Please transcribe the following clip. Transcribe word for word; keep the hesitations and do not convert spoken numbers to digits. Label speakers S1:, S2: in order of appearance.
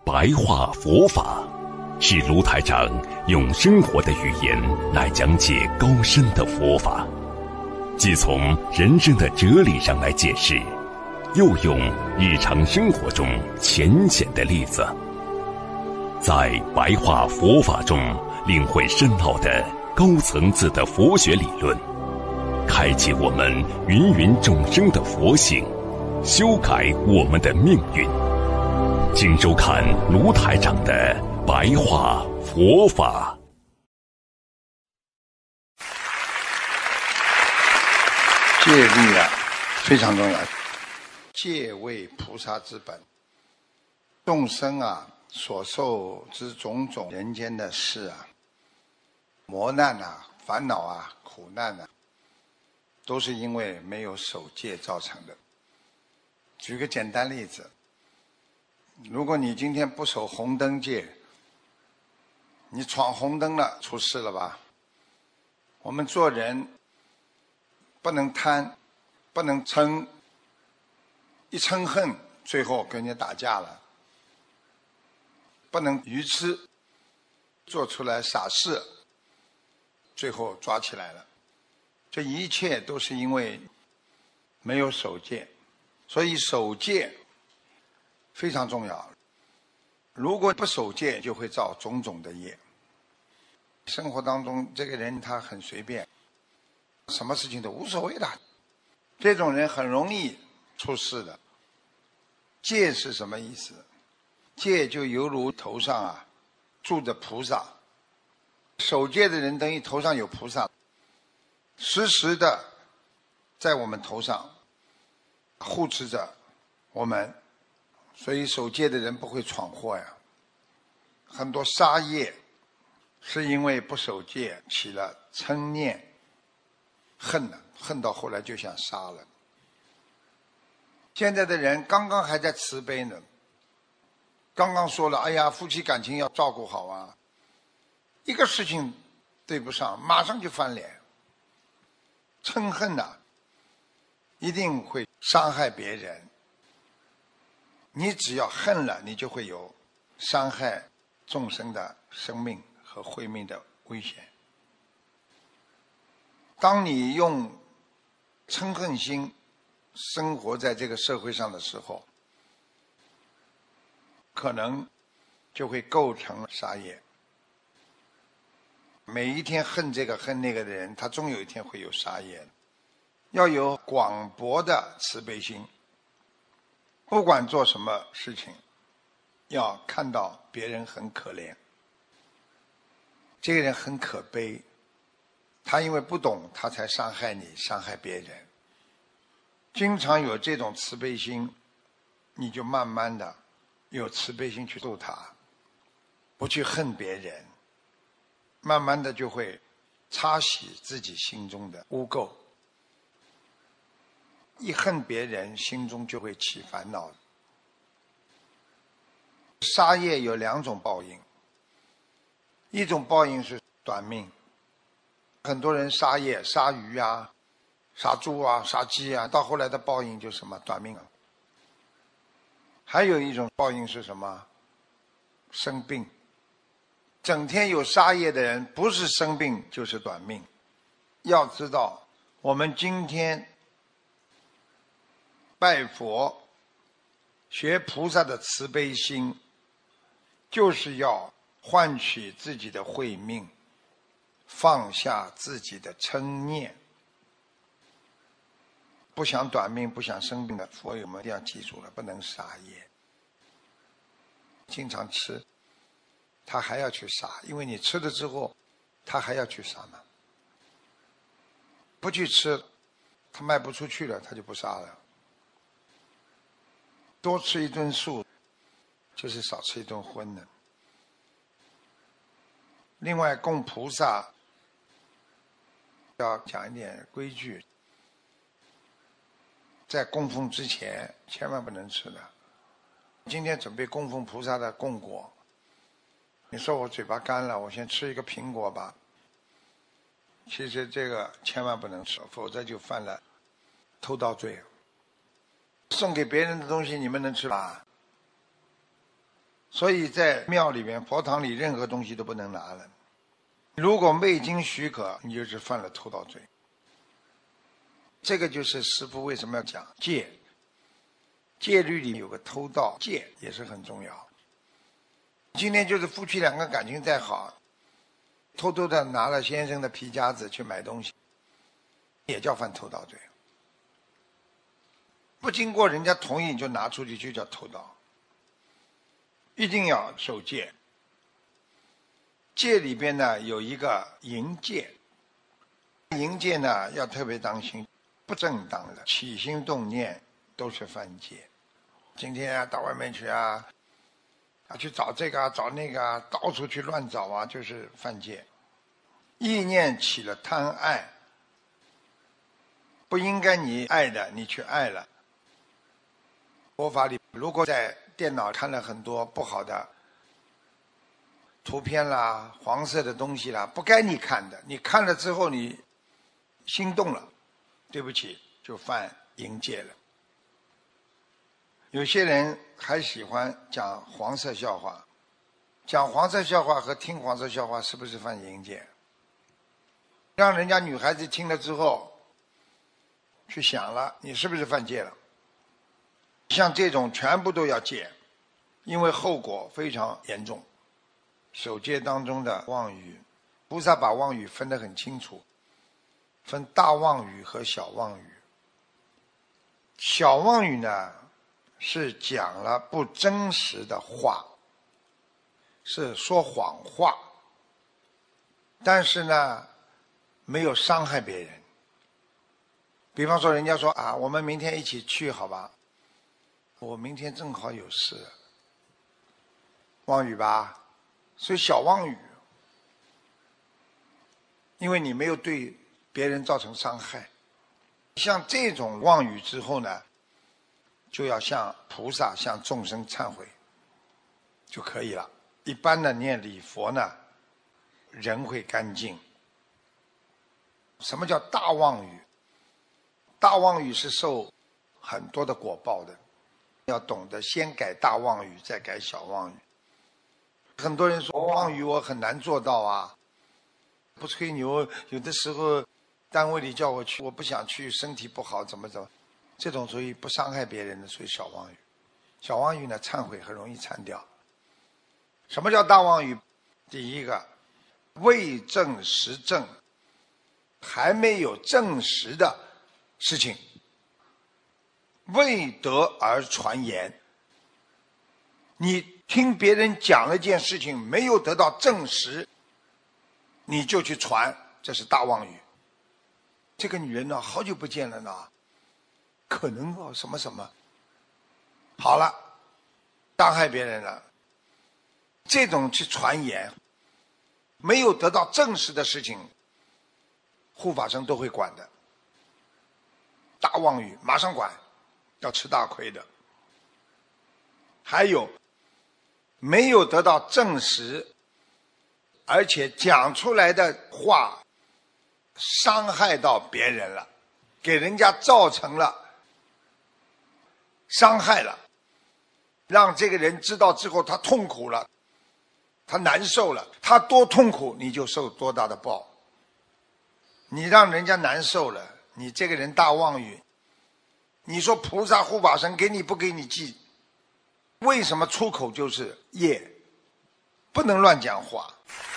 S1: 白话佛法，是卢台长用生活的语言来讲解高深的佛法，既从人生的哲理上来解释，又用日常生活中浅显的例子，在白话佛法中领会深奥的高层次的佛学理论，开启我们芸芸众生的佛性，修改我们的命运。请收看卢台长的白话佛法。
S2: 戒律啊，非常重要。戒为菩萨之本。众生啊，所受之种种人间的事啊，磨难啊、烦恼啊、苦难啊，都是因为没有守戒造成的。举个简单例子，如果你今天不守红灯戒，你闯红灯了，出事了吧？我们做人不能贪，不能嗔，一嗔恨，最后跟人家打架了。不能愚痴，做出来傻事，最后抓起来了。这一切都是因为没有守戒，所以守戒非常重要。如果不守戒，就会造种种的业。生活当中，这个人他很随便，什么事情都无所谓的，这种人很容易出事的。戒是什么意思？戒就犹如头上啊住着菩萨，守戒的人等于头上有菩萨，时时的在我们头上护持着我们，所以守戒的人不会闯祸呀。很多杀业是因为不守戒起了嗔念，恨了，恨到后来就想杀了。现在的人刚刚还在慈悲呢，刚刚说了，哎呀，夫妻感情要照顾好啊，一个事情对不上，马上就翻脸。嗔恨啊，一定会伤害别人。你只要恨了，你就会有伤害众生的生命和慧命的危险。当你用嗔恨心生活在这个社会上的时候，可能就会构成杀业。每一天恨这个恨那个的人，他终有一天会有杀业。要有广博的慈悲心，不管做什么事情，要看到别人很可怜，这个人很可悲，他因为不懂，他才伤害你，伤害别人。经常有这种慈悲心，你就慢慢的有慈悲心去度他，不去恨别人，慢慢的就会擦洗自己心中的污垢。一恨别人，心中就会起烦恼。杀业有两种报应，一种报应是短命，很多人杀业，杀鱼啊，杀猪啊，杀鸡啊，到后来的报应就是什么？短命了。还有一种报应是什么？生病。整天有杀业的人，不是生病就是短命。要知道，我们今天拜佛学菩萨的慈悲心，就是要换取自己的慧命，放下自己的嗔念。不想短命，不想生病的佛友们一定要记住了，不能杀业。经常吃，他还要去杀，因为你吃了之后，他还要去杀嘛。不去吃，他卖不出去了，他就不杀了。多吃一顿素，就是少吃一顿荤的。另外，供菩萨要讲一点规矩，在供奉之前千万不能吃的。今天准备供奉菩萨的供果，你说我嘴巴干了，我先吃一个苹果吧。其实这个千万不能吃，否则就犯了偷盗罪。送给别人的东西你们能吃吧？ 所以在庙里面、佛堂里，任何东西都不能拿了。如果未经许可，你就是犯了偷盗罪。这个就是师父为什么要讲戒。戒律里有个偷盗戒，也是很重要。今天就是夫妻两个感情再好，偷偷的拿了先生的皮夹子去买东西，也叫犯偷盗罪。不经过人家同意你就拿出去，就叫偷盗。一定要守戒。戒里边呢有一个淫戒，淫戒呢要特别当心，不正当的起心动念都是犯戒。今天啊到外面去啊，啊去找这个啊找那个啊，到处去乱找啊，就是犯戒。意念起了贪爱，不应该你爱的你去爱了。佛法里如果在电脑看了很多不好的图片啦、黄色的东西啦，不该你看的，你看了之后你心动了，对不起，就犯淫戒了。有些人还喜欢讲黄色笑话，讲黄色笑话和听黄色笑话是不是犯淫戒？让人家女孩子听了之后去想了，你是不是犯戒了？像这种全部都要戒，因为后果非常严重。守戒当中的妄语，菩萨把妄语分得很清楚，分大妄语和小妄语。小妄语呢是讲了不真实的话，是说谎话，但是呢没有伤害别人。比方说人家说啊，我们明天一起去好吧，我明天正好有事，妄语吧，所以小妄语，因为你没有对别人造成伤害。像这种妄语之后呢，就要向菩萨、向众生忏悔就可以了。一般的念礼佛呢，人会干净。什么叫大妄语？大妄语是受很多的果报的，要懂得先改大妄语，再改小妄语。很多人说妄语我很难做到啊，不吹牛，有的时候单位里叫我去，我不想去，身体不好，怎么怎么，这种属于不伤害别人的，属于小妄语。小妄语呢，忏悔很容易忏掉。什么叫大妄语？第一个，未证实证，还没有证实的事情，未得而传言。你听别人讲了一件事情，没有得到证实，你就去传，这是大妄语。这个女人呢，好久不见了呢，可能哦什么什么，好了，伤害别人了。这种去传言，没有得到证实的事情，护法神都会管的。大妄语马上管，要吃大亏的。还有没有得到证实，而且讲出来的话伤害到别人了，给人家造成了伤害了，让这个人知道之后他痛苦了，他难受了，他多痛苦你就受多大的报。你让人家难受了，你这个人大妄语，你说菩萨护法神给你不给你记？为什么出口就是业？不能乱讲话。